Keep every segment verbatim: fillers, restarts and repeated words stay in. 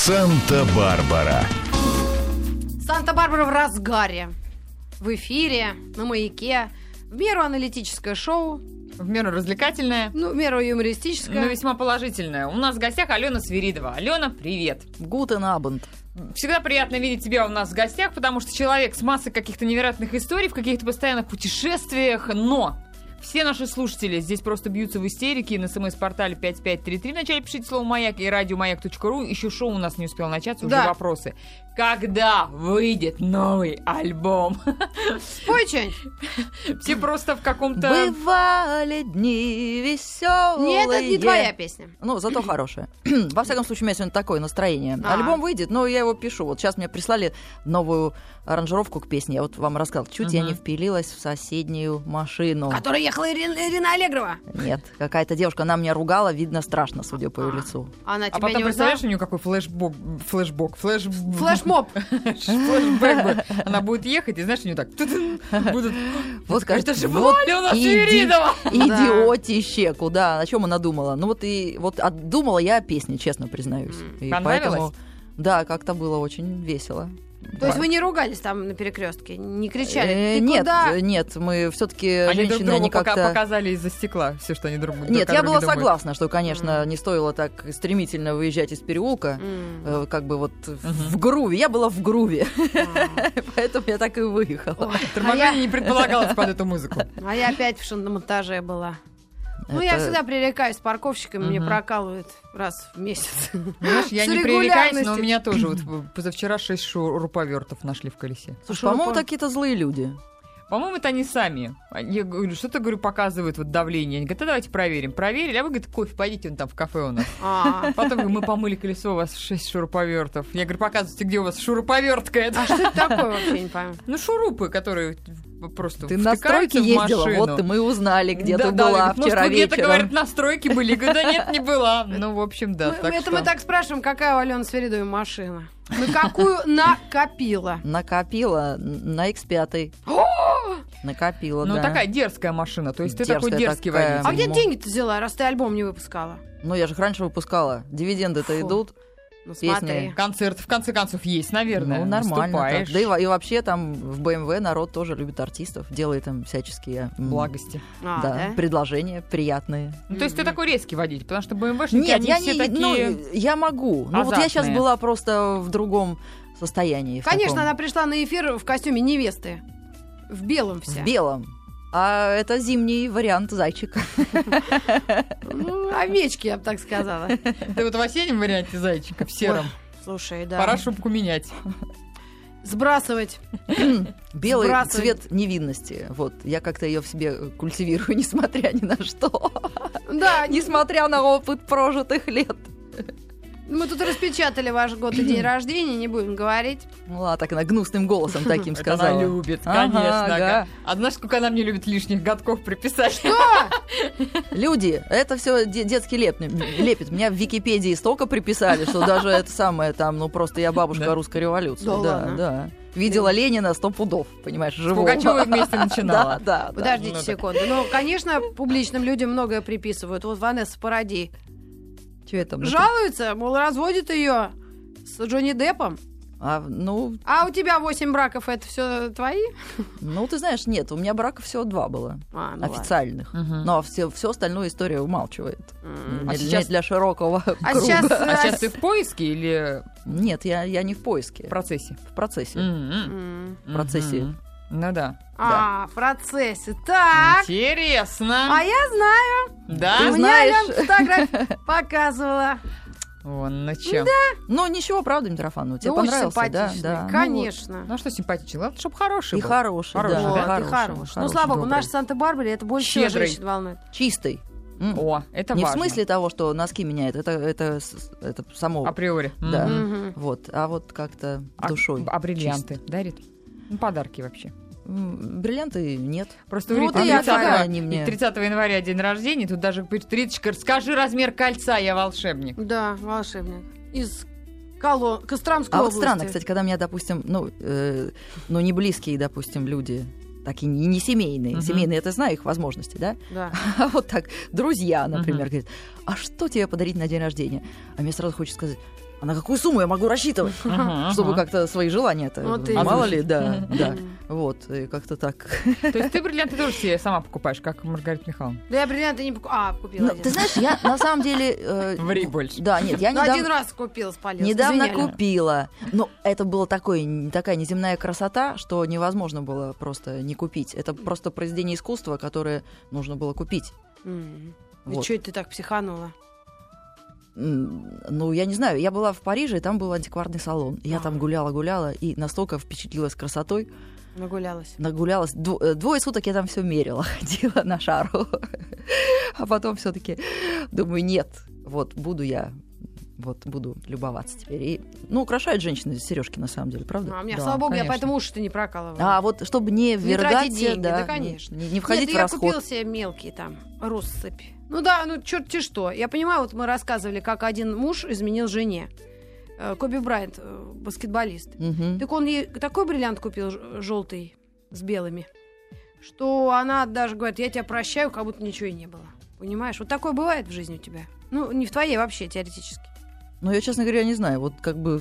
Санта-Барбара. Санта-Барбара в разгаре. В эфире, на Маяке. В меру аналитическое шоу. В меру развлекательное. Ну, в меру юмористическое. Но весьма положительное. У нас в гостях Алена Свиридова. Алена, привет. Гутен абенд. Всегда приятно видеть тебя у нас в гостях, потому что человек с массой каких-то невероятных историй, в каких-то постоянных путешествиях, но... Все наши слушатели здесь просто бьются в истерике. На смс-портале пять пять три три в начале пишите слово «Маяк» и радиомаяк точка ру. Еще шоу у нас не успело начаться, уже да. вопросы. Когда выйдет новый альбом? Спой что-нибудь. Все просто в каком-то... Бывали дни веселые. Нет, это не твоя песня. Ну, зато хорошая. Во всяком случае, у меня сегодня такое настроение. А. Альбом выйдет, но я его пишу. Вот сейчас мне прислали новую аранжировку к песне. Я вот вам рассказала. Чуть я не впилилась в соседнюю машину. Которая ехала Ирина, Ирина Аллегрова. Нет, какая-то девушка, она меня ругала, видно страшно, судя по ее лицу. Она А тебя потом не представляешь, узнала? у нее какой флешбок, флешбок, флеш... Флешмоб. флешбэк бы. Она будет ехать, и знаешь, у нее так... будут... Вот скажет, Это же вот Алена иди- Свиридова! идиотище, куда, о чем она думала? Ну вот и вот от- думала я о песне, честно признаюсь. И Понравилось? поэтому, да, как-то было очень весело. То есть вы не ругались там на перекрестке, не кричали? Э, Ты нет, куда? нет, мы все-таки Они друг женщины, другу они пока как-то. показали из-за стекла все, что они друг друг Нет, о я друг была друге думают. согласна, что, конечно, не стоило так стремительно выезжать из переулка, М. э, как бы вот в груве. Я была в груве, поэтому я так и выехала. Ой, а Торможение я- не предполагалось под эту музыку. А я опять в шиномонтаже была. Ну, я Это- всегда пререкаюсь с парковщиками, мне Мгм. прокалывают раз в месяц. Знаешь, я С не пререкаюсь, но у регулярностью. меня тоже вот позавчера шесть шуруповертов нашли в колесе. Слушай, Шурупа- по-моему, какие-то злые люди. По-моему, это они сами. Я говорю, что-то, говорю, показывают вот давление. Они говорят, а давайте проверим. Проверили, а вы, говорит, кофе, пойдите, он там в кафе у нас. А Потом говорю, мы помыли колесо, у вас шесть шуруповертов. Я говорю, показывайте, где у вас шуруповертка эта. а что это такое вообще, не пойму. Ну, шурупы, которые просто Ты на втыкаются стройке в ездила, машину. вот мы узнали, где Да, ты да, была говорит, может, вчера вы где-то, вечером. говорят, на стройке были. Говорю, да нет, не была. Ну, в общем, да. Мы- так это что... мы так спрашиваем, какая у Алены Свиридовой машина. На какую накопила? Накопила на икс пять. Накопила, Ну, да. такая дерзкая машина. То есть ты такой Дерзкая дерзкий такая. водитель. А где Мо- деньги-то взяла, раз ты альбом не выпускала? Ну, я же их раньше выпускала. Дивиденды-то Фу. идут. Ну, Песни. смотри. Концерт, в конце концов, есть, наверное. Ну, нормально. Выступаешь. так. Да и, во- и вообще там в бэ эм вэ народ тоже любит артистов, делает им всяческие м, Благости. А, да, да? предложения приятные. Ну, то есть ты Мгм. такой резкий водитель, потому что бэ эм вэ-шники, Нет, они я все не, такие... ну, я могу. Ну, вот я сейчас азартные. была просто в другом состоянии. в Конечно, таком. она пришла на эфир в костюме невесты. В белом вся. В белом. А это зимний вариант зайчика. Ну, овечки, я бы так сказала. Ты вот в осеннем варианте зайчика, в сером. Слушай, да. Пора шубку менять. Сбрасывать. Белый Сбрасывай. цвет невинности. Вот, я как-то ее в себе культивирую, несмотря ни на что. Да, не Несмотря на опыт прожитых лет. Мы тут распечатали ваш год и день рождения, не будем говорить. Ну ладно, так она гнусным голосом таким Это сказала. она любит, Ага, конечно. ага. ага. А знаешь, сколько она мне любит лишних годков приписать? Люди, это все детский леп, лепит. Меня в Википедии столько приписали, что даже это самое там, ну просто я бабушка Да? русской революции. Да Да, ладно? да. Видела Ленина сто пудов, понимаешь, С живого. Пугачёвой вместе начинала. Да, да, да. Подождите ну так. секунду. Ну, конечно, публичным людям многое приписывают. Вот Ванесса Паради Чё это? мы тут? жалуется, мол, разводит ее с Джонни Деппом. А, ну, А у тебя восемь браков, это все твои? ну, ты знаешь, нет, у меня браков всего два было. А, ну Официальных. Мгм. Но все, все остальную историю умалчивает. ладно. М. А Для- сейчас- для широкого А круга. сейчас, А э, сейчас ты в поиске или Нет, я, я не в поиске. в процессе? В процессе. М-м. М. В процессе. Мгм. Ну да. А, в процессе. Так. Интересно. А я знаю. Да? Ты Мне знаешь. Аленка фотографию показывала. Вон, ну чем? Ну, ничего, правда, Митрофанова, тебе Ну, очень понравился, да? симпатичный, да. конечно. Ну, а что симпатичный? Главное, чтобы хороший И был. хороший, Хороший, да. да? Вот, и хороший, хорош. Ну, хороший, слава богу, добрый. наш Санта-Барбаре это больше всего Щедрый. женщин волнует. Чистый. М. О, это Не важно. в смысле того, что носки меняет, это, это, с- это само. Априори. Да. Мгм. Мгм. Вот, а вот как-то А, душой. а бриллианты дарит? Ну, подарки вообще. М, Бриллианты нет. Просто Ну, у вот Риты и я тридцатого такая. Они мне- тридцатого января день рождения, тут даже говорит, Риточка, скажи размер кольца, я волшебник. Да, волшебник. Из Коло... Костромской А вот области. странно, кстати, когда меня, допустим, ну, э, ну не близкие, допустим, люди, такие не, не семейные. Мгм. Семейные, это знаю их возможности, да? Да. А вот так, друзья, например, Мгм. говорят, а что тебе подарить на день рождения? А мне сразу хочется сказать, а на какую сумму я могу рассчитывать, Ага, чтобы ага. как-то свои желания-то, Вот и мало ли, озвучить. да, Мгм. да, вот, и как-то так. То есть ты бриллианты тоже себе сама покупаешь, как Маргарита Михайловна? Да я бриллианты не покупила. А, купила Ну, один. ты знаешь, я на самом деле... э, Ври больше. Да, нет, я Ну, недавно... один раз купила, спалилась. Недавно извиняли. купила. Но это была такой, такая неземная красота, что невозможно было просто не купить. Это просто произведение искусства, которое нужно было купить. М. И Вот. что это ты так психанула? М, Ну, я не знаю, я была в Париже, и там был антикварный салон. Я А. там гуляла-гуляла, и настолько впечатлилась красотой, Нагулялась. нагулялась. Дво- э, Двое суток я там все мерила, ходила на шару. А потом все таки думаю, нет, вот буду я, вот буду любоваться теперь. И, ну, украшают женщины сережки на самом деле, правда? А у меня, Да, слава богу, я конечно. поэтому уши-то не прокалывала. А вот чтобы не Не ввергать, тратить деньги, да, да, конечно. не, не входить Нет, в я расход. купила себе мелкий там россыпь. Ну да, ну черти что. Я понимаю, вот мы рассказывали, как один муж изменил жене. Э, Коби Брайант, э, баскетболист. Мгм. Так он ей такой бриллиант купил желтый с белыми, что она даже говорит, я тебя прощаю, как будто ничего и не было. Понимаешь? Вот такое бывает в жизни у тебя. Ну, не в твоей вообще, теоретически. Ну, я, честно говоря, не знаю, вот как бы...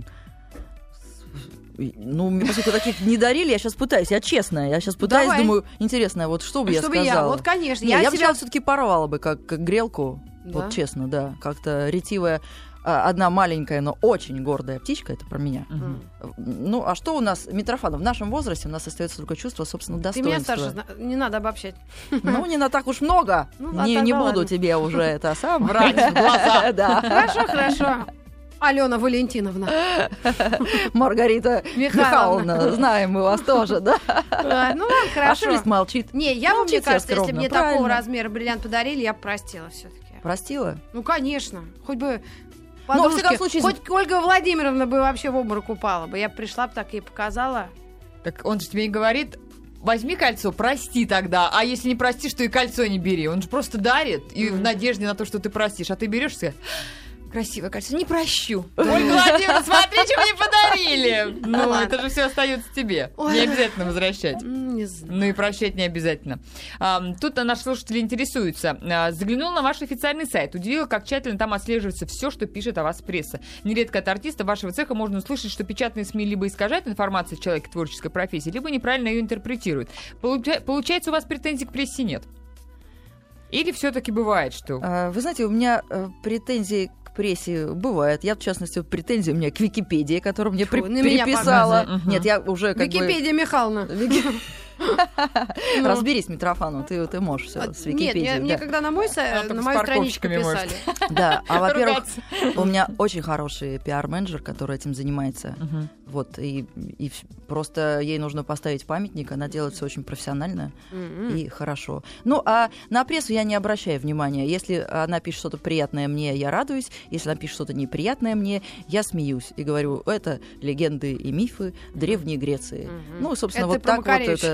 Ну, мне, поскольку таких не дарили, я сейчас пытаюсь, я честная, я сейчас пытаюсь, Давай. думаю, интересно, вот что бы я Чтобы сказала? я, вот, конечно, Не, я, я бы себя... сейчас все-таки порвала бы, как, как грелку, Да? вот честно, да, как-то ретивая, а, одна маленькая, но очень гордая птичка, это про меня. Мгм. Ну, а что у нас, Митрофанов, в нашем возрасте у нас остается только чувство собственного Ты меня достоинства. старше, зна- не надо обобщать. Ну, не на так уж много, Ну, не, а не тогда буду ладно. тебе уже это самое. Врать в глаза. Да. Хорошо, хорошо. Алена Валентиновна. Маргарита Михайловна. Михайловна, знаем мы вас тоже, да? А, Ну ладно, А хорошо. Шелест молчит. Не, я бы, мне Молчит себе кажется, если бы скромно, мне такого правильно. размера бриллиант подарили, я бы простила все-таки. Простила? Ну, конечно. Хоть бы Ну, во подружке, всяком случае, хоть Ольга Владимировна бы вообще в обморок упала бы. Я бы пришла бы так ей показала. Так он же тебе и говорит, возьми кольцо, прости тогда. А если не простишь, то и кольцо не бери. Он же просто дарит и в Мгм. надежде на то, что ты простишь. А ты берешь себе красивое кольцо, не прощу. Ольга Владимировна, смотри, что мне подарили. Ну, ладно. это же все остается тебе. Ой. Не обязательно возвращать. М, Не знаю. Ну и прощать не обязательно. А, тут наши слушатели интересуются. А, заглянул на ваш официальный сайт. Удивило, как тщательно там отслеживается все, что пишет о вас пресса. Нередко от артиста вашего цеха можно услышать, что печатные СМИ либо искажают информацию о человеке творческой профессии, либо неправильно ее интерпретируют. Получа- Получается, у вас претензий к прессе нет? Или все-таки бывает, что... А, Вы знаете, у меня э, претензии к прессе бывают. Я, в частности, вот претензии у меня к Википедии, которую мне Фу, при- на меня переписала. показывай. Мгм. Нет, я уже как бы... Википедия Михайловна. Ну. Разберись, Митрофанов, ты, ты можешь все А, с Нет, Википедией. мне, да. мне когда на мой Она сайт, только на с мою страничку парковщиками может. писали. Да, а во-первых, ругаться. у меня очень хороший пиар-менеджер, который этим занимается. Мгм. Вот, и, и вс- просто ей нужно поставить памятник, она делает все очень профессионально М-м. и хорошо. Ну, а на прессу я не обращаю внимания. Если она пишет что-то приятное мне, я радуюсь. Если она пишет что-то неприятное мне, я смеюсь и говорю, это легенды и мифы Древней Греции. Мгм. Ну, собственно, Это вот про так вот Макаревич.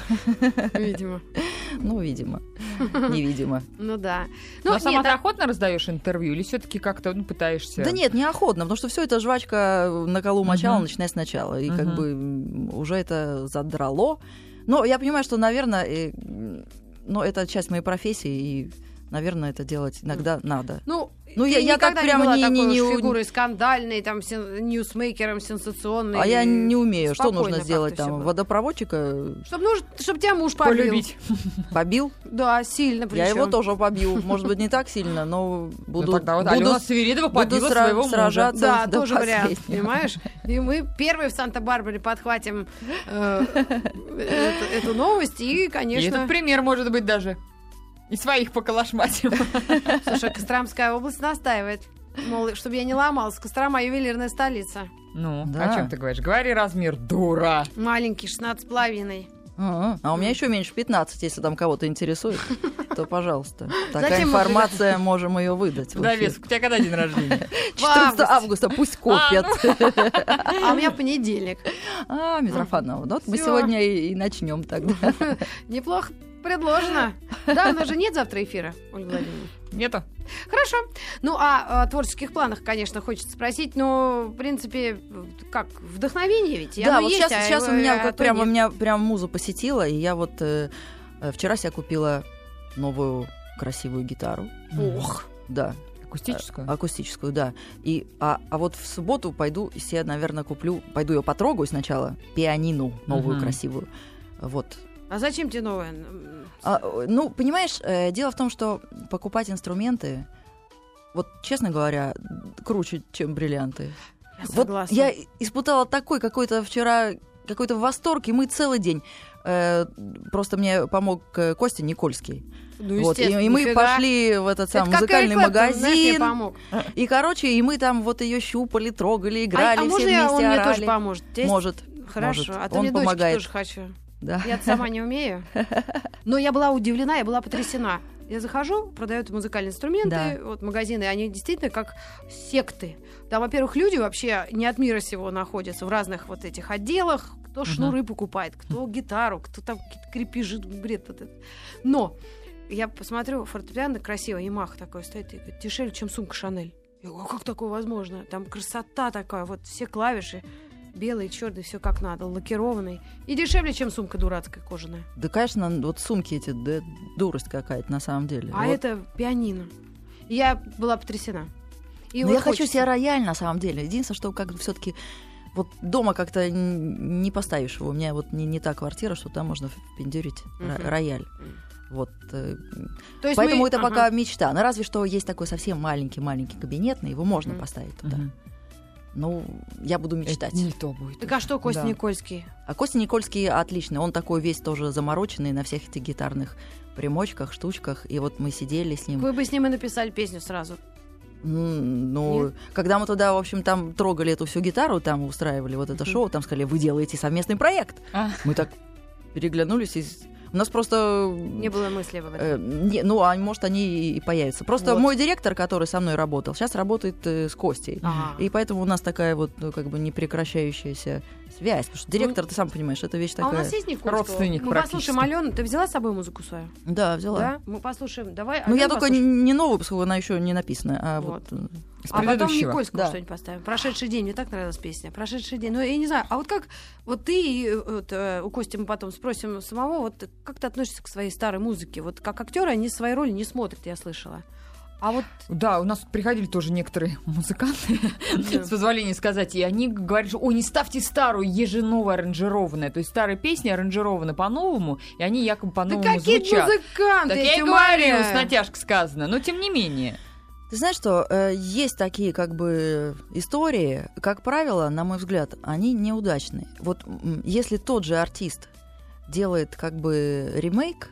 это... Видимо. Ну, видимо. Невидимо. Ну да. Ну, Ну, а сама нет, ты а- охотно раздаешь интервью или все-таки как-то ну, пытаешься? Да нет, неохотно, потому что все это жвачка на колу мочала, Мгм. начиная сначала. И Мгм. как бы м, уже это задрало. Но я понимаю, что, наверное, э, м, ну, это часть моей профессии, и, наверное, это делать иногда надо. Ну, Ну, ты я- я так никогда прямо не была не- такой не- уж не- фигурой скандальной, там, сен- ньюсмейкером сенсационной. А я не умею. Что Спокойно нужно как-то сделать всё там? было. Водопроводчика Чтобы, нуж... Чтоб тебя муж побил. Полюбить. побил? Да, сильно причем. Я его тоже побью. Может быть, не так сильно, но буду, Ну, тогда вот буду, Алена Сверидова буду побила сра- своего мужа. сражаться Да, до тоже вариант, последнего. понимаешь? И мы первые в Санта-Барбаре подхватим э, эту, эту новость, и, И конечно... этот пример может быть даже. И своих поколошматим. Слушай, Костромская область настаивает. Мол, чтобы я не ломалась. Кострома — ювелирная столица. Ну, Да. о чем ты говоришь? Говори размер, дура. Маленький, шестнадцать с половиной. А, а у меня еще меньше пятнадцать, если там кого-то интересует, то, пожалуйста. Такая Зачем мы информация, можем ее выдать. в Довес, эфир. у тебя когда день рождения? четырнадцатого августе. августа пусть копят. А у меня понедельник. А, Митрофанова, ну вот мы Всё. сегодня и, и начнем тогда. Неплохо предложено. Да, у нас же нет завтра эфира, Ольга Владимировна. Нету? Хорошо. Ну, а о творческих планах, конечно, хочется спросить, но, в принципе, как, вдохновение ведь? и Да, оно вот есть, сейчас, а сейчас у его- меня а как то прямо нет. меня прям муза посетила, и я вот э, э, вчера себе купила новую красивую гитару. Ох, Да. Акустическую? А, акустическую, да. И, а, а вот в субботу пойду, я, наверное, куплю, пойду ее потрогаю сначала, пианину новую, uh-huh. красивую. Вот. А зачем тебе новая? А, ну, понимаешь, э, дело в том, что покупать инструменты, вот, честно говоря, круче, чем бриллианты. Я вот согласна. я испытала такой какой-то вчера, какой-то восторг, и мы целый день. Э, просто мне помог э, Костя Никольский. Ну, вот, и, и мы нифига. пошли в этот самый Это музыкальный как Эрик Клэптон, знаешь, мне магазин. помог. И, короче, и мы там вот ее щупали, трогали, играли, а, а все можно вместе я, он орали. мне тоже поможет? Есть? Может. Хорошо, может. а то Он мне помогает. дочке тоже хочу. Да. Я сама не умею. Но я была удивлена, я была потрясена. Я захожу, продают музыкальные инструменты, Да. вот магазины, они действительно как секты. Там, во-первых, люди вообще не от мира сего находятся в разных вот этих отделах. Кто Мгм. шнуры покупает, кто гитару, кто там какие-то крепежи, бред вот этот. Но я посмотрю, фортепиано красиво, Ямаха такой стоит, и говорит, дешевле, чем сумка Шанель. Я говорю, а как такое возможно? Там красота такая, вот все клавиши. Белый, черный, все как надо, лакированный. И дешевле, чем сумка дурацкая кожаная. Да, конечно, вот сумки эти, да, дурость какая-то на самом деле. А Вот. это пианино. И я была потрясена. И Но вот я хочу хочется. себе рояль на самом деле. Единственное, что как бы все-таки вот дома как-то н- не поставишь его. У меня вот не, не та квартира, что там можно впендюрить Мгм. ро- рояль. Мгм. Вот. э, То есть Поэтому мы- это ага. пока мечта. Но разве что есть такой совсем маленький-маленький кабинетный, его можно Мгм. поставить туда. Мгм. Ну, я буду мечтать. Это не то будет. Так а что Костя Да. Никольский? А Костя Никольский отличный. Он такой весь тоже замороченный на всех этих гитарных примочках, штучках. И вот мы сидели с ним. Вы бы с ним и написали песню сразу. М, Ну, Нет? когда мы туда, в общем, там трогали эту всю гитару, там устраивали вот это Мгм. шоу, там сказали, вы делаете совместный проект. А. Мы так переглянулись. И... с- У нас просто... Не было мысли об этом. э, не- ну, а может, они и появятся. Просто Вот. мой директор, который со мной работал, сейчас работает э, с Костей. Ага. И поэтому у нас такая вот, ну, как бы непрекращающаяся связь. Потому что директор, ты сам понимаешь, это вещь А у такая. нас есть Никольского? Родственник Мы практически. послушаем Алену. Ты взяла с собой музыку свою? Да, взяла. Да? Мы послушаем. Давай. Ну, я Алену только послушаем. не новую, поскольку она еще не написана, а вот... Вот. э, С А потом предыдущего. Никольского Да. что-нибудь поставим. «Прошедший день». Мне так нравилась песня. «Прошедший день». Ну, я не знаю. А вот как... Вот ты, и, вот, э, у Кости мы потом спросим самого, вот как ты относишься к своей старой музыке? Вот как актеры они свои роли не смотрят, я слышала. А вот... Да, у нас приходили тоже некоторые музыканты, Да. с позволения сказать, и они говорят, что, ой, не ставьте старую, есть же новая аранжированная. То есть старые песни аранжированы по-новому, и они якобы Да по-новому какие звучат. музыканты, Так я эти и говорю, умоляю. с натяжкой сказано, но тем не менее. Ты знаешь, что э, есть такие как бы истории, как правило, на мой взгляд, они неудачные. Вот м, если тот же артист делает как бы ремейк,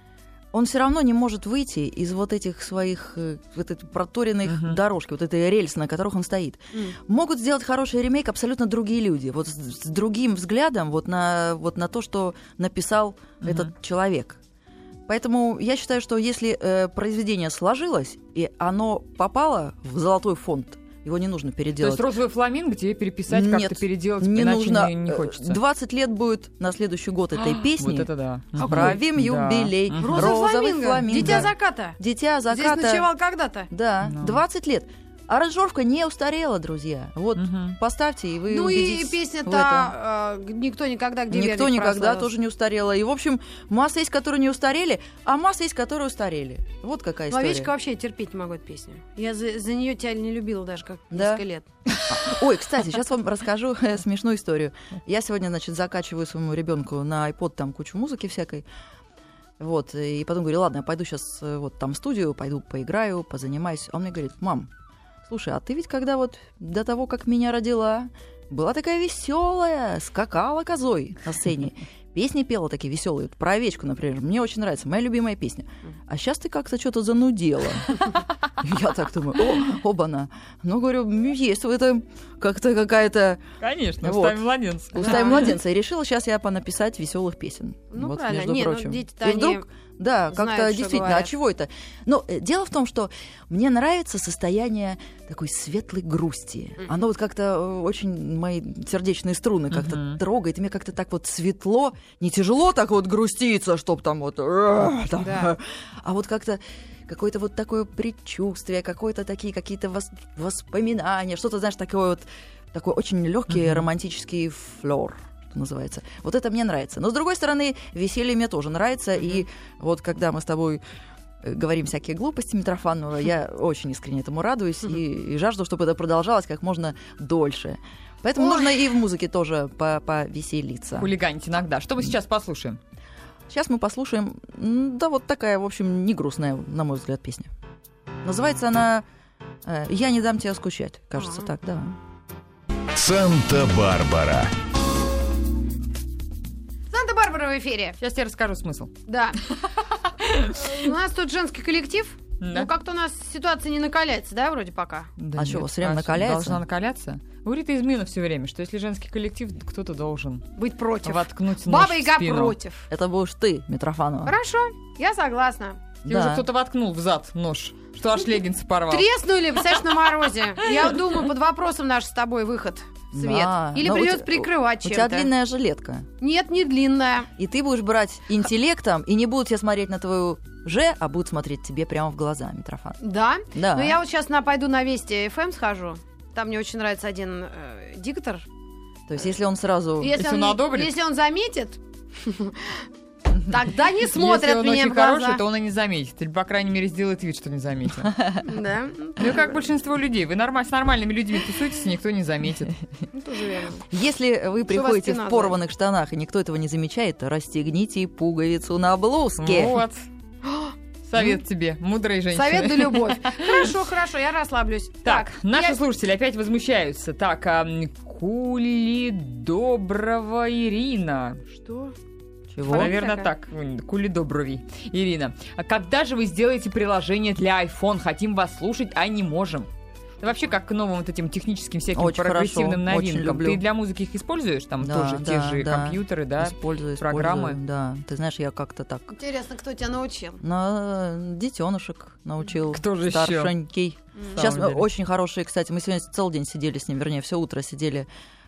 он все равно не может выйти из вот этих своих э, вот этих проторенных Мгм. дорожки, вот этой рельсы, на которых он стоит. М. Могут сделать хороший ремейк абсолютно другие люди, вот с, с другим взглядом вот на, вот на то, что написал Мгм. этот человек. Поэтому я считаю, что если э, произведение сложилось, и оно попало в золотой фонд, его не нужно То переделать. есть розовый фламинго тебе переписать, Нет, как-то переделать, не иначе нужно. не, не хочется. двадцать лет будет на следующий год этой песни. Вот это да. Справим Да. юбилей. Мгм. Розовый, Розовый фламинго. фламинго. Дитя заката. Дитя Здесь заката. ночевал когда-то. Да, Ну. двадцать лет. Аранжировка не устарела, друзья. Вот Мгм. поставьте, и вы Ну и убедитесь в этом. песня-то э, «Никто никогда», где Никто Верник никогда прославился. тоже не устарела. И, в общем, масса есть, которые не устарели, а масса есть, которые устарели. Вот какая Ну, история. Овечка вообще терпеть не могу эту песню. Я за, за нее тебя не любила даже как Да? несколько лет. Ой, кстати, сейчас вам расскажу э, смешную историю. Я сегодня, значит, закачиваю своему ребенку на iPod там кучу музыки всякой. Вот, и потом говорю, ладно, я пойду сейчас вот там в студию, пойду поиграю, позанимаюсь. А он мне говорит, мам, слушай, а ты ведь когда вот до того, как меня родила, была такая веселая, скакала козой на сцене. Песни пела такие веселые. Вот про овечку, например. Мне очень нравится. Моя любимая песня. А сейчас ты как-то что-то занудела. Я так думаю, о, оба-на. Ну, говорю, есть в этом как-то какая-то Конечно, Вот. устами младенца. устая Да. младенца. И решила сейчас я понаписать веселых песен. Ну, Вот, правильно. между Не, ну, прочим. дети-то И они вдруг, да, как-то знают, что действительно, говорят. а чего это? Но э, дело в том, что мне нравится состояние такой светлой грусти. Мгм. Оно вот как-то э, очень мои сердечные струны как-то Мгм. трогает. И мне как-то так вот светло, не тяжело так вот груститься, чтоб там вот... э, там, Да. а вот как-то какое-то вот такое предчувствие, какое-то такие какие-то вос- воспоминания, что-то, знаешь, такое вот, такой очень легкий Мгм. романтический флёр, что называется. Вот это мне нравится. Но, с другой стороны, веселье мне тоже нравится. И вот когда мы с тобой говорим всякие глупости Митрофанова. Я очень искренне этому радуюсь и, и жажду, чтобы это продолжалось как можно дольше. Поэтому Ой. нужно и в музыке тоже повеселиться. Хулиганить иногда. Что мы сейчас послушаем? Сейчас мы послушаем, да, вот такая, в общем, не грустная, на мой взгляд, песня. Называется она «Я не дам тебе скучать». Кажется, так, да. Санта-Барбара. Санта-Барбара в эфире. Сейчас я расскажу смысл. Да. У нас тут женский коллектив. Да. Ну, как-то у нас ситуация не накаляется, да, вроде пока? Да А что, нет, всё время а накаляется? Должна накаляться. Говорит измена все время, что если женский коллектив, кто-то должен Быть против. воткнуть нож Баба в Яга спину. против. Это будешь ты, Митрофанова. Хорошо, я согласна. Тебе уже кто-то воткнул в зад нож, что аж леггинсы порвал. Треснули, представляешь, на морозе. Я думаю, под вопросом наш с тобой выход в свет. Да. Или Но у придется те- прикрывать У чем-то. тебя длинная жилетка. Нет, не длинная. И ты будешь брать интеллектом, и не будут тебя смотреть на твою «ж», а будут смотреть тебе прямо в глаза, Митрофан. Да? Да. Ну, я вот сейчас на, пойду на Вести эф эм схожу. Там мне очень нравится один э, диктор. То есть если он сразу... Если, Если он, он одобрит? если он заметит, тогда не Если смотрят он мне очень в глаза. хороший, то он и не заметит. Или, по крайней мере, сделает вид, что не заметил. Да, Ну, как большинство людей. Вы норма- с нормальными людьми тусуетесь, и никто не заметит. ну, тоже верно. Если вы Что приходите вас спина в порванных штанах, и никто этого не замечает, то расстегните пуговицу на блузке. Вот. Совет тебе, мудрой женщины. Совет да любовь. Хорошо, хорошо, я расслаблюсь. Так, наши я- слушатели опять возмущаются. Так, а, м, Кули Доброго Ирина. Что? Чего? Наверное, такая? так. м, Кули Доброви Ирина. А когда же вы сделаете приложение для iPhone? Хотим вас слушать, а не можем. Это вообще как к новым вот этим техническим всяким Очень прогрессивным хорошо, очень новинкам. люблю. Ты для музыки их используешь? Там Да, тоже те да, же да. компьютеры, да? Использую, использую, программы. да. Ты знаешь, я как-то так Интересно, кто тебя научил? на детенышек научил. Кто же ещё? Старшенький. М. Сейчас самом деле. очень хорошие, кстати, мы сегодня целый день сидели с ним, вернее, все утро сидели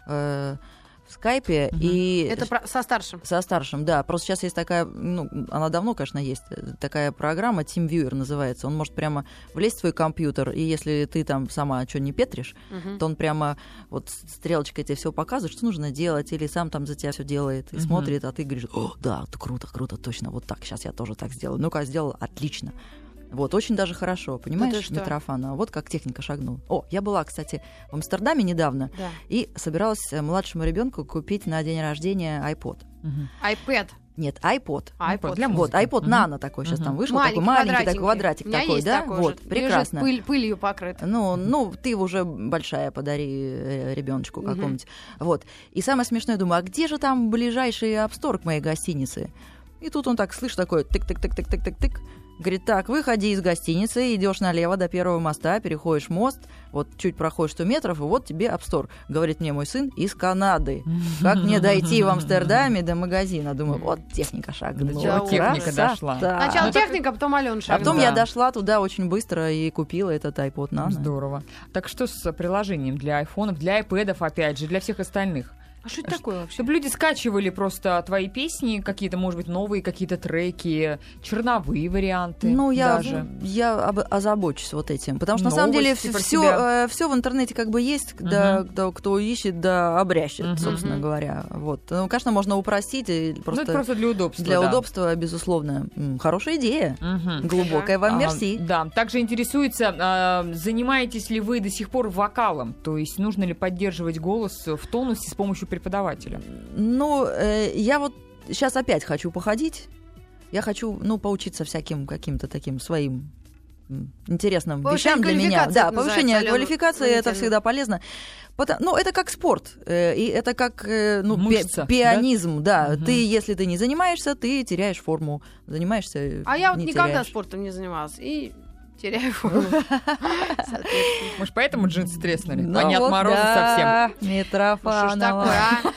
э, в скайпе. Мгм. И Это про- со старшим. со старшим, да. Просто сейчас есть такая, ну, она давно, конечно, есть, такая программа, TeamViewer называется. Он может прямо влезть в свой компьютер, и если ты там сама что не петришь, Мгм. то он прямо вот стрелочкой тебе все показывает, что нужно делать, или сам там за тебя все делает и Мгм. смотрит, а ты говоришь: о, да, это круто, круто, точно, вот так, сейчас я тоже так сделаю. Ну-ка, сделал, отлично. Вот, очень даже хорошо, понимаешь, что? Митрофана? Вот как техника шагнула. О, я была, кстати, в Амстердаме недавно Да. и собиралась э, младшему ребенку купить на день рождения iPod. Мгм. iPad. Нет, iPod. iPod. для Вот, музыки. iPod Мгм. Nano такой сейчас Мгм. там вышел, Маленький, такой маленький, такой квадратенький. квадратик У меня такой, есть да? такой Вот, же. прекрасно. Лежит, пыль- пылью покрыт. Ну, ну, ты уже большая, подари ребеночку Мгм. какому-нибудь. Вот. И самое смешное, думаю, а где же там ближайший App Store к моей гостинице? И тут он так, слышь, такой тык-тык-тык-тык-тык-тык. Говорит: так, выходи из гостиницы, идешь налево до первого моста, переходишь мост, вот чуть проходишь сто метров, и вот тебе App Store. Говорит мне мой сын из Канады. Как мне дойти в Амстердаме до магазина? Думаю, вот техника шагнула. До чего техника Красота. дошла. Сначала Ну, так- техника, потом Алена А шагнула. потом Да. я дошла туда очень быстро и купила этот iPod Nano. Здорово. Так что с приложением для айфонов, для айпэдов, опять же, для всех остальных? А что это такое вообще? Чтобы люди скачивали просто твои песни, какие-то, может быть, новые какие-то треки, черновые варианты. Ну, я, даже. я об- озабочусь вот этим. Потому что, на самом деле, Новости про все, себя. все в интернете как бы есть, да, Мгм. да, кто ищет, да, обрящет, Мгм. собственно говоря. Вот. Ну, конечно, можно упростить, и Ну, просто, это просто для удобства. для да. удобства, безусловно. М, Хорошая идея. Мгм. Глубокая вам А, мерси. да, также интересуется, а, занимаетесь ли вы до сих пор вокалом? То есть нужно ли поддерживать голос в тонусе с помощью преподавателя? Ну, э, я вот сейчас опять хочу походить. Я хочу, ну, поучиться всяким каким-то таким своим м, интересным Повышение вещам для меня. квалификации Да, это повышение называется, Алена квалификации это Валентиновна. всегда полезно. Пота- ну, это как спорт, э, и это как э, ну, пи- Мышца, пианизм, да. Мгм. Ты, если ты не занимаешься, ты теряешь форму. Занимаешься, А я вот не никогда теряешь. спортом не занималась. И теряю форму. Соответственно. Может, поэтому джинсы треснули? Ну а не от вот мороза да, совсем. Митрофанова. Ну, что ж такое,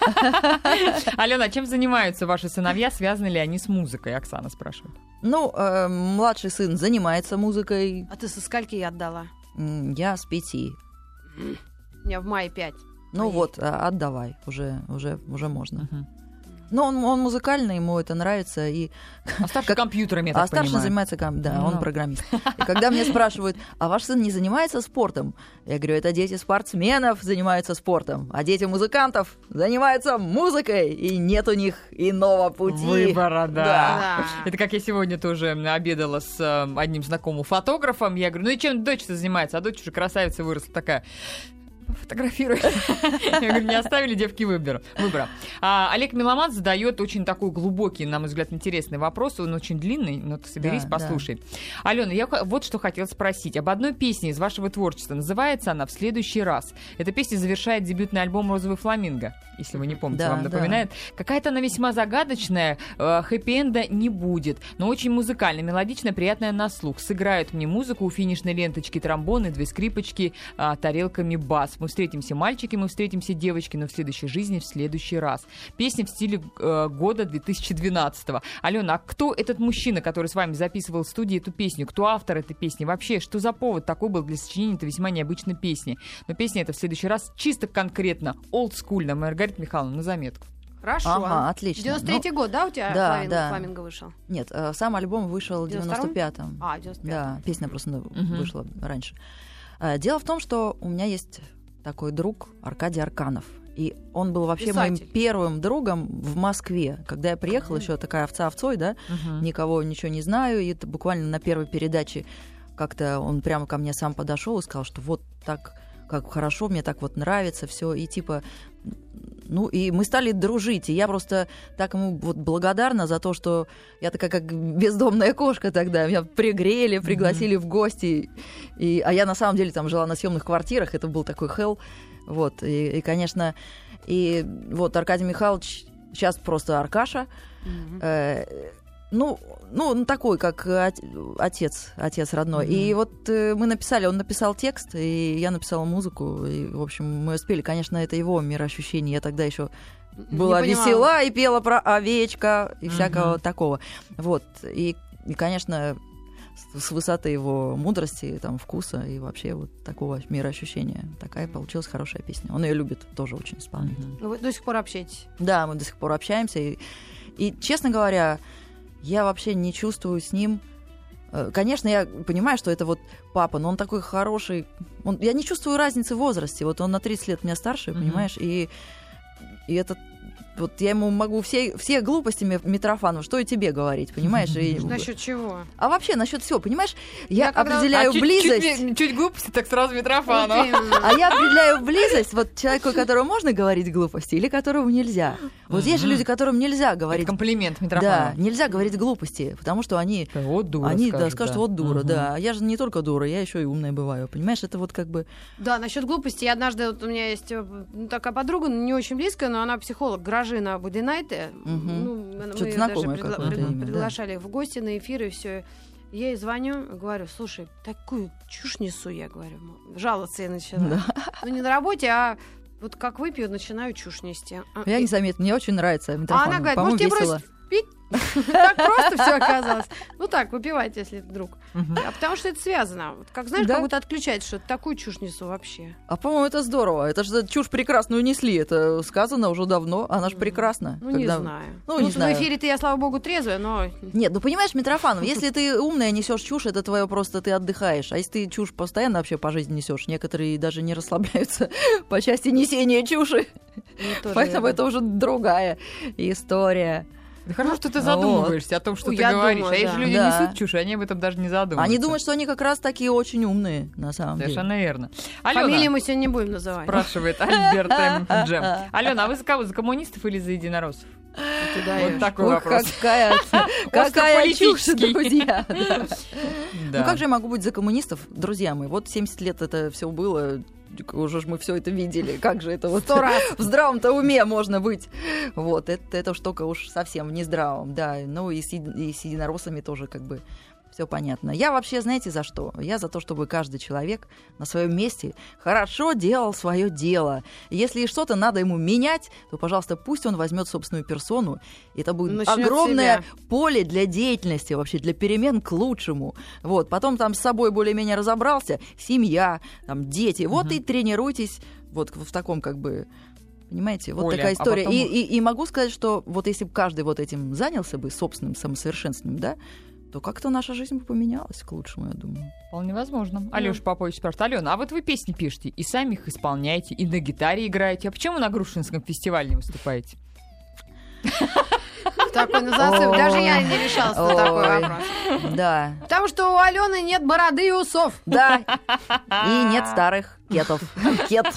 а? Алена, чем занимаются ваши сыновья? Связаны ли они с музыкой? Оксана спрашивает. Ну, э, младший сын занимается музыкой. А ты со скольки я отдала? М, Я с пяти. У меня в мае пять. Ну Моей. вот, а, отдавай, уже, уже, уже можно. Мгм. Но он, он музыкальный, ему это нравится. И А старший как... компьютерами, я так А старший понимаю. занимается, ком- да, Ну. он программист. И когда меня спрашивают, а ваш сын не занимается спортом? Я говорю, это дети спортсменов занимаются спортом, а дети музыкантов занимаются музыкой, и нет у них иного пути. Выбора, да. Да. Это как я сегодня тоже обедала с э, одним знакомым фотографом. Я говорю, ну и чем дочь-то занимается? А дочь уже красавица выросла такая. Фотографируй. Я говорю, не оставили девки выбора. выбора. А, Олег Меломан задает очень такой глубокий, на мой взгляд, интересный вопрос. Он очень длинный, но ты соберись, Да, послушай. Да. Алена, я вот что хотела спросить. Об одной песне из вашего творчества. Называется она «В следующий раз». Эта песня завершает дебютный альбом «Розовый фламинго». Если вы не помните, Да, вам напоминает. Да. Какая-то она весьма загадочная, э, хэппи-энда не будет, но очень музыкальная, мелодичная, приятная на слух. Сыграют мне музыку у финишной ленточки тромбоны, две скрипочки, э, тарелками бас. Мы встретимся, мальчики, мы встретимся, девочки, но в следующей жизни, в следующий раз. Песня в стиле э, года две тысячи двенадцатого. Алена, а кто этот мужчина, который с вами записывал в студии эту песню? Кто автор этой песни? Вообще, что за повод такой был для сочинения этой весьма необычной песни? Но песня эта в следующий раз чисто конкретно, олдскульно. Маргарита Михайловна, на заметку. Хорошо. Ага, отлично. девяносто третий Ну, год, да, у тебя да, фламинго, да. фламинго вышел? Нет, э, сам альбом вышел в девяносто пятом. А, в девяносто пятом. Да, песня просто ну, Мгм. вышла раньше. А, Дело в том, что у меня есть такой друг Аркадий Арканов. И он был вообще моим Писатель. первым другом в Москве. Когда я приехала, еще такая овца овцой, да, Мгм. никого ничего не знаю. И это буквально на первой передаче как-то он прямо ко мне сам подошел и сказал, что вот так, как хорошо, мне так вот нравится все. И типа, ну, и мы стали дружить. И я просто так ему вот благодарна за то, что я такая как бездомная кошка тогда. Меня пригрели, пригласили в гости. И, а я на самом деле там жила на съемных квартирах. Это был такой хелл. Вот. И, и, конечно, и вот Аркадий Михайлович сейчас просто Аркаша. Мгм. Э, ну, ну, он такой, как от- отец, отец родной. Мгм. И вот э, мы написали, он написал текст, и я написала музыку. И, в общем, мы успели. Конечно, это его мироощущение. Я тогда еще Не была понимала. весела и пела про овечка и Мгм. всякого такого. Вот. И, и, конечно, с, с высоты его мудрости, там, вкуса и вообще вот такого мироощущения. Такая получилась хорошая песня. Он ее любит, тоже очень исполняет. Мгм. Ну, вы до сих пор общаетесь? Да, мы до сих пор общаемся. И, и, честно говоря, я вообще не чувствую с ним... э, Конечно, я понимаю, что это вот папа, но он такой хороший. Он, я не чувствую разницы в возрасте. Вот он на тридцать лет меня старше, Мгм. понимаешь? И, и это... Вот я ему могу все, все глупости Ми- Митрофанова, что и тебе говорить, понимаешь? И- Насчет чего? а вообще, насчет всего, понимаешь? Я, Я когда- определяю А чуть- близость... Чуть, ми- чуть глупости, так сразу Вот Митрофанова. именно. А я определяю близость вот человеку, которому можно говорить глупости, или которому нельзя. Вот есть же Мгм. люди, которым нельзя Это говорить... комплимент Да, Митрофанова. нельзя говорить глупости, потому что они... Вот дура, Они, да, скажет, скажут, вот дура, Мгм. да. А я же не только дура, я еще и умная бываю. Понимаешь, это вот как бы... Да, насчет глупости. Я однажды, вот у меня есть э, ну, такая подруга, ну, не очень близкая, но она психолог, Гражина Будинайте. Мгм. Ну, мы Что-то даже знакомое предла- какое-то пред- имя, да. приглашали в гости на эфиры и все. Я ей звоню, говорю, слушай, такую чушь несу, я говорю. мол, Жаловаться я начала. Да. Ну, не на работе, а вот как выпью, начинаю чушь нести. А, Я и- незаметно, мне очень нравится а Митрофанов. она говорит, По-моему, может, тебе весело. бросить пить? Так просто все оказалось. Ну так, выпивать, если вдруг. Мгм. А потому что это связано. Вот как знаешь, Да. как будто отключать, что такую чушь несу вообще. А по-моему, это здорово. Это же чушь прекрасную несли. Это сказано уже давно. Она же прекрасна. Ну, не Когда- знаю. Ну, не в знаю. эфире-то я, слава богу, трезвая, но... Нет, ну понимаешь, Митрофанов, если ты умная, несешь чушь, это твое просто ты отдыхаешь. А если ты чушь постоянно вообще по жизни несешь, некоторые даже не расслабляются по части несения чуши. Ну, тоже Поэтому верно. это уже другая история. Да хорошо, что ты Вот. задумываешься о том, что Ну, ты я говоришь. думаю, а если да. люди Да. несут чушь, они об этом даже не задумываются. Они думают, что они как раз такие очень умные, на самом деле. Совершенно верно. Фамилии Алена мы сегодня не будем называть. спрашивает Альберт М. Джем. Алена, а вы за кого? За коммунистов или за единороссов? Ты Вот даешь. такой Ох, вопрос. какая, какая чушь, Острополитический. друзья. Да. Да. Ну как же я могу быть за коммунистов, друзья мои? Вот семьдесят лет это все было, уже ж мы все это видели. Как же это вот Сто раз. в здравом-то уме можно быть? Вот, это, это уж только уж совсем в нездравом, да. Ну и с, еди- и с единороссами тоже как бы все понятно. Я вообще, знаете, за что? Я за то, чтобы каждый человек на своем месте хорошо делал свое дело. Если что-то надо ему менять, то, пожалуйста, пусть он возьмет собственную персону. Это будет Начнёт огромное себя. поле для деятельности, вообще для перемен к лучшему. Вот, потом там с собой более-менее разобрался, семья, там дети. Вот Мгм. и тренируйтесь вот в таком как бы Понимаете, вот Оля, такая история. а потом... и, и, и могу сказать, что вот если бы каждый вот этим занялся бы, собственным самосовершенствованием, да, то как-то наша жизнь бы поменялась к лучшему, я думаю. Вполне возможно. Алёша Попович спрашивает: Алена, а вот вы песни пишете, и сами их исполняете, и на гитаре играете. А почему на Грушинском фестивале не выступаете? Такой на засыпку. Даже я не решалась на такой Ой, вопрос. Да, Потому что у Алены нет бороды и усов. да. И нет старых кетов. Кет.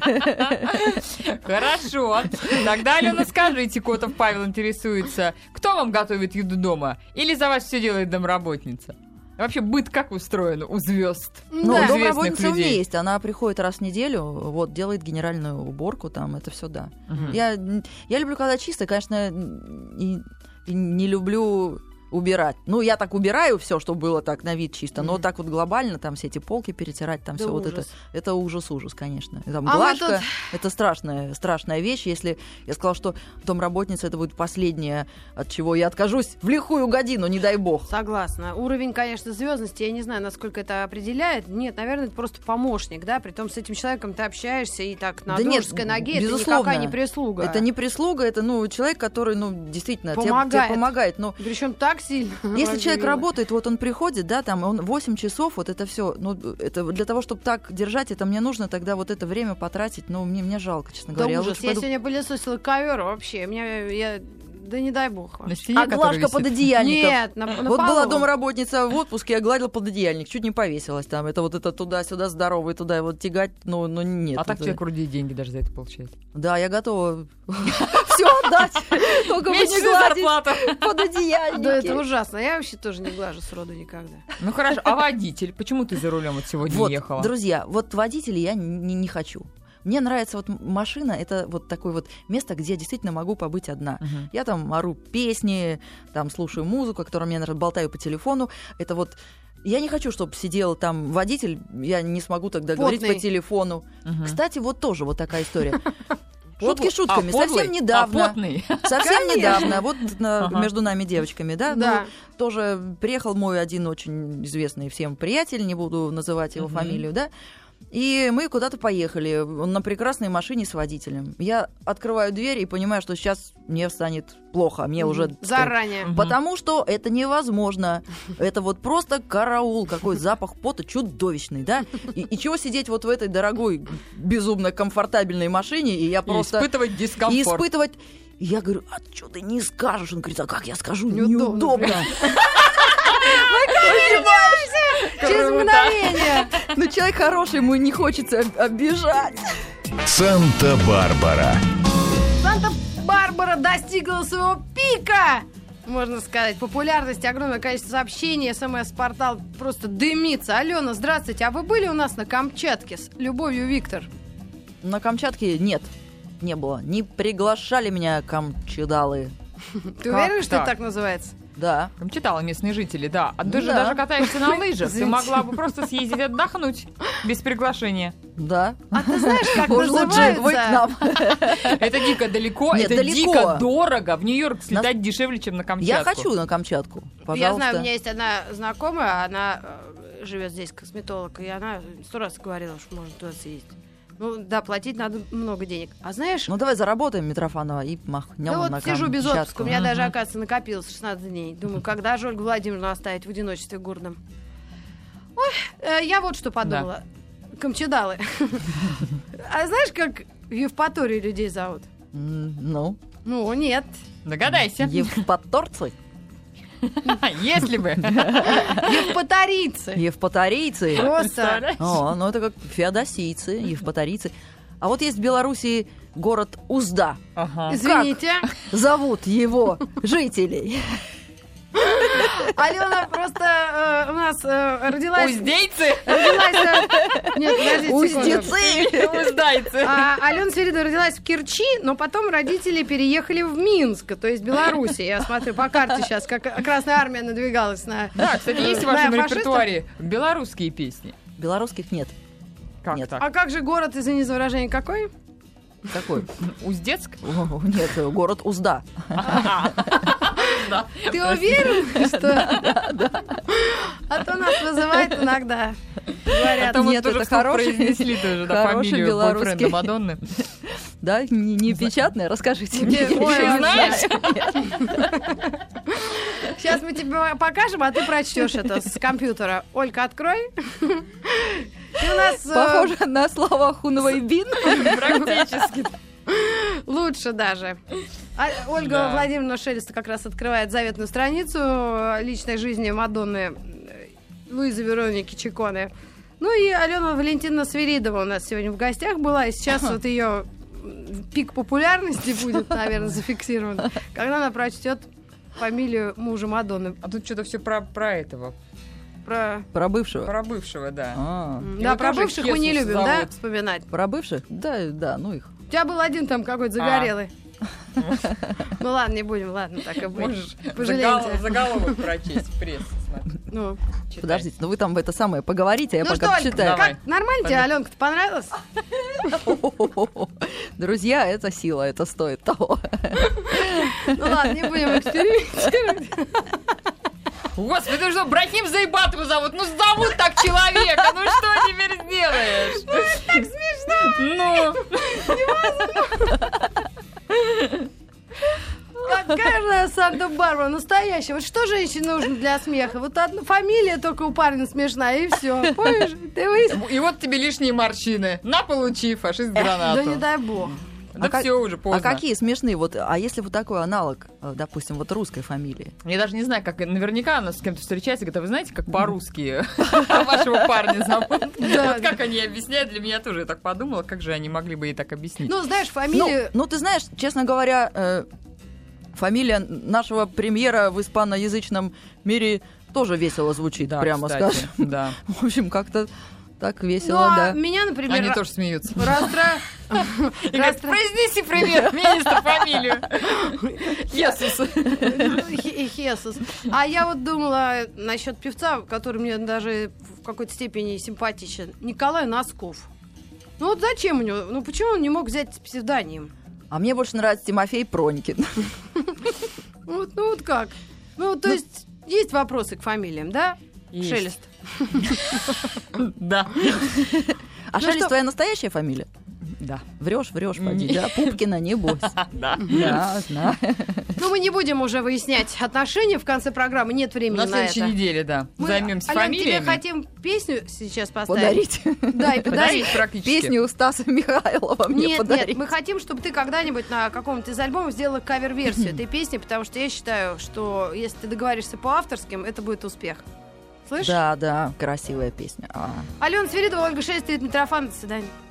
Хорошо. Тогда, Алена, скажите, Котов Павел интересуется, кто вам готовит еду дома? Или за вас все делает домработница? Вообще быт как устроен у звезд? Ну, Да. домработница у меня людей. есть. Она приходит раз в неделю, вот, делает генеральную уборку, там, это все, да. Мгм. Я, я люблю, когда чисто, конечно, и, и не люблю убирать. Ну, я так убираю все, чтобы было так на вид чисто, но Мгм. так вот глобально, там все эти полки перетирать, там Да все вот это, ужас. это ужас-ужас, конечно. Там А мы глажка, тут- это страшная, страшная вещь. Если я сказала, что домработница, это будет последнее, от чего я откажусь в лихую годину, не дай бог. Согласна. Уровень, конечно, звездности, я не знаю, насколько это определяет. Нет, наверное, это просто помощник, да? Притом с этим человеком ты общаешься, и так на Да нет, дружеской ноге это безусловно. никакая не прислуга. Это не прислуга, это, ну, человек, который, ну, действительно тебе- тебе Помогает. помогает. Но Причем так сильно. если человек Удивила. работает, вот он приходит, да, там, он восемь часов, вот это все, ну, это для того, чтобы так держать, это мне нужно тогда вот это время потратить, ну, мне, мне жалко, честно Да говоря. Я ужас. лучше Я пойду- сегодня пылесосила ковер вообще. Меня, я... Да не дай бог. На вообще. стене, А который глажка под висит? одеяльником. Нет, на, на Вот была полу. домработница в отпуске, я гладила пододеяльник, чуть не повесилась там. Это вот это туда-сюда здоровый, туда и вот тягать, ну, ну нет. А так это- человек вроде и деньги даже за это получает. Да, я готова все отдать, только бы не Месячная гладить зарплата. пододеяльники. Да это ужасно. Я вообще тоже не глажу сроду никогда. Ну хорошо, а водитель? Почему ты за рулем вот сегодня Вот, ехала? друзья, вот водителей я не, не хочу. Мне нравится вот машина, это вот такое вот место, где я действительно могу побыть одна. Мгм. Я там ору песни, там слушаю музыку, которую мне нравится, болтаю по телефону. Это вот... Я не хочу, чтобы сидел там водитель, я не смогу тогда говорить Потный. по телефону. Мгм. Кстати, вот тоже вот такая история. Шутки Подлый? шутками. А, подлый? Совсем недавно. А, потный. Совсем Конечно. недавно, вот на- Ага. между нами девочками, да, Да. ну, тоже приехал мой один очень известный всем приятель, не буду называть его Мгм. фамилию, да, и мы куда-то поехали он на прекрасной машине с водителем. Я открываю дверь и понимаю, что сейчас мне станет плохо, мне уже... так сказать, Заранее. Мгм. Потому что это невозможно. Это вот просто караул, какой запах пота чудовищный, да? И, и чего сидеть вот в этой дорогой, безумно комфортабельной машине, и я И просто... испытывать дискомфорт. И испытывать... И я говорю, а что ты не скажешь? Он говорит, а как я скажу? Неудобно, Неудобно. Через Круто. мгновение. Ну, человек хороший, ему не хочется об- обижать. Санта-Барбара. Санта-Барбара достигла своего пика. Можно сказать, популярность, огромное количество сообщений, СМС-портал просто дымится. Алена, здравствуйте, а вы были у нас на Камчатке с Любовью, Виктор? На Камчатке нет, не было. Не приглашали меня камчедалы. Ты Как уверена, что так? это так называется? Да. Там читала местные жители, да. А ты же Да. даже катаешься на лыжах. Ты Извините. могла бы просто съездить отдохнуть без приглашения. Да. А ты знаешь, как Уж лучше вы к нам. Это дико далеко, Нет, это далеко. дико дорого. В Нью-Йорк слетать дешевле, чем на Камчатку. Я хочу на Камчатку. Пожалуйста. Я знаю, у меня есть одна знакомая, она э, живет здесь, косметолог, и она сто раз говорила, что можно туда съездить. Ну да, платить надо много денег. А знаешь, Ну давай заработаем, Митрофанова, и махнем да на вот сижу без отпуска, Камчатку. у меня Мгм. даже, оказывается, накопилось шестнадцать дней. Думаю, когда же Ольгу Владимировну оставить в одиночестве гордом? Ой, э, я вот что подумала. Камчедалы. А знаешь, как в Евпатории людей зовут? М, Ну, Ну, нет. Догадайся. евпаторцы, Если бы. Евпаторийцы. евпаторийцы. Просто. О, ну это как феодосийцы, евпаторийцы. А вот есть в Белоруссии город Узда. Ага. Извините. Зовут его жителей. Алена просто э, у нас э, родилась... Уздейцы? Родилась... э, Нет, подождите секунду. Уздецы. Уздайцы. А, Алена Свиридова родилась в Керчи, но потом родители переехали в Минск, то есть Беларуси. Я смотрю по карте сейчас, как Красная Армия надвигалась на... Да, кстати, есть в на вашем фашистов. репертуаре белорусские песни. Белорусских нет. Как Нет. так? А как же город, извини за выражение, какой? Какой? Уздецк? О, нет, город Узда. да. Ты уверен, что... А то нас вызывает иногда. Говорят, А нет, вот тоже это вслух хороший- произнесли тоже, да, хороший фамилию белорусский. бойфренда Мадонны. Да, не, не печатная, расскажите Не, мне. ой, Я не знаешь? знаю. сейчас мы тебе покажем, а ты прочтешь это с компьютера. Ольга, открой. Ты у нас... э, Похоже на слово хунвейбин. Практически. Лучше даже. А Ольга Да. Владимировна Шелеста как раз открывает заветную страницу личной жизни Мадонны э, Луизы Вероники Чиконе. Ну и Алена Валентиновна Свиридова у нас сегодня в гостях была, и сейчас вот ее пик популярности будет, наверное, зафиксирован, когда она прочтет фамилию мужа Мадонны. А тут что-то все про, про этого, Про... Про бывшего. про бывшего, да. А, Его Да, про тоже бывших мы не Хесус любим, да, зовут. вспоминать? про бывших? Да, да, ну их. У тебя был один там какой-то загорелый. Ну ладно, не будем, ладно, так и будет. Можешь Пожалеем загал- тебя. заголовок прочесть в прессе. смотри. Ну, Читай. Подождите, ну вы там это самое поговорите, а я ну пока что, Ольга, почитаю. Давай. как, нормально тебе, Аленка-то понравилось? Друзья, это сила, это стоит того. Ну ладно, не будем экспериментировать. Господи, ну что, Брахим Заибатову зовут? Ну зовут так человека, ну что теперь сделаешь? Так смешно. Ну, Какая же Санта-Барбара, настоящая. Вот что женщине нужно для смеха? Вот одна фамилия только у парня смешная, и все. Помнишь? Ты выяснил? и вот тебе лишние морщины. На, получи, фашист Да гранату. не дай бог. Да А как- все уже поздно. А какие смешные, вот, а если вот такой аналог, э, допустим, вот русской фамилии? Я даже не знаю, как наверняка она с кем-то встречается, говорит, а вы знаете, как по-русски вашего парня зовут? Да. Вот как они объясняют, для меня тоже, я так подумала, как же они могли бы ей так объяснить. Ну, знаешь, Ну, фамилию... ну, ты знаешь, честно говоря, э, фамилия нашего премьера в испаноязычном мире тоже весело звучит, Да, прямо кстати, скажем. да. В общем, как-то так Ну, весело, а да. меня, например... Они ра- тоже смеются. Растра... И говорят, Растра- произнеси привет, министр, фамилию. Хесус. Хе- Хесус. А я вот думала насчет певца, который мне даже в какой-то степени симпатичен. Николай Носков. Ну вот зачем у него? Ну почему он не мог взять псевдоним? А мне больше нравится Тимофей Пронькин. Ну вот, ну вот как? Ну, то есть, есть вопросы к фамилиям, да? Есть. Шелест. Да. А Ну Шелест что? твоя настоящая фамилия? Да. Врешь, врешь, поди, да? Пупкина, небось. Да. Да, да. Ну, мы не будем уже выяснять отношения в конце программы, нет времени На на, следующей это. неделе, да. Мы, Займемся Ален, фамилиями. тебе хотим песню сейчас поставить. Подарить. Да, и подарить. Подарить практически. Песню у Стаса Михайлова мне Нет, подарить. нет, мы хотим, чтобы ты когда-нибудь на каком-то из альбомов сделала кавер-версию этой песни, потому что я считаю, что если ты договоришься по авторским, это будет успех. Слышишь? Да, да, красивая песня. А. Алена Свиридова, Ольга Шелест, Митрофан. До свидания.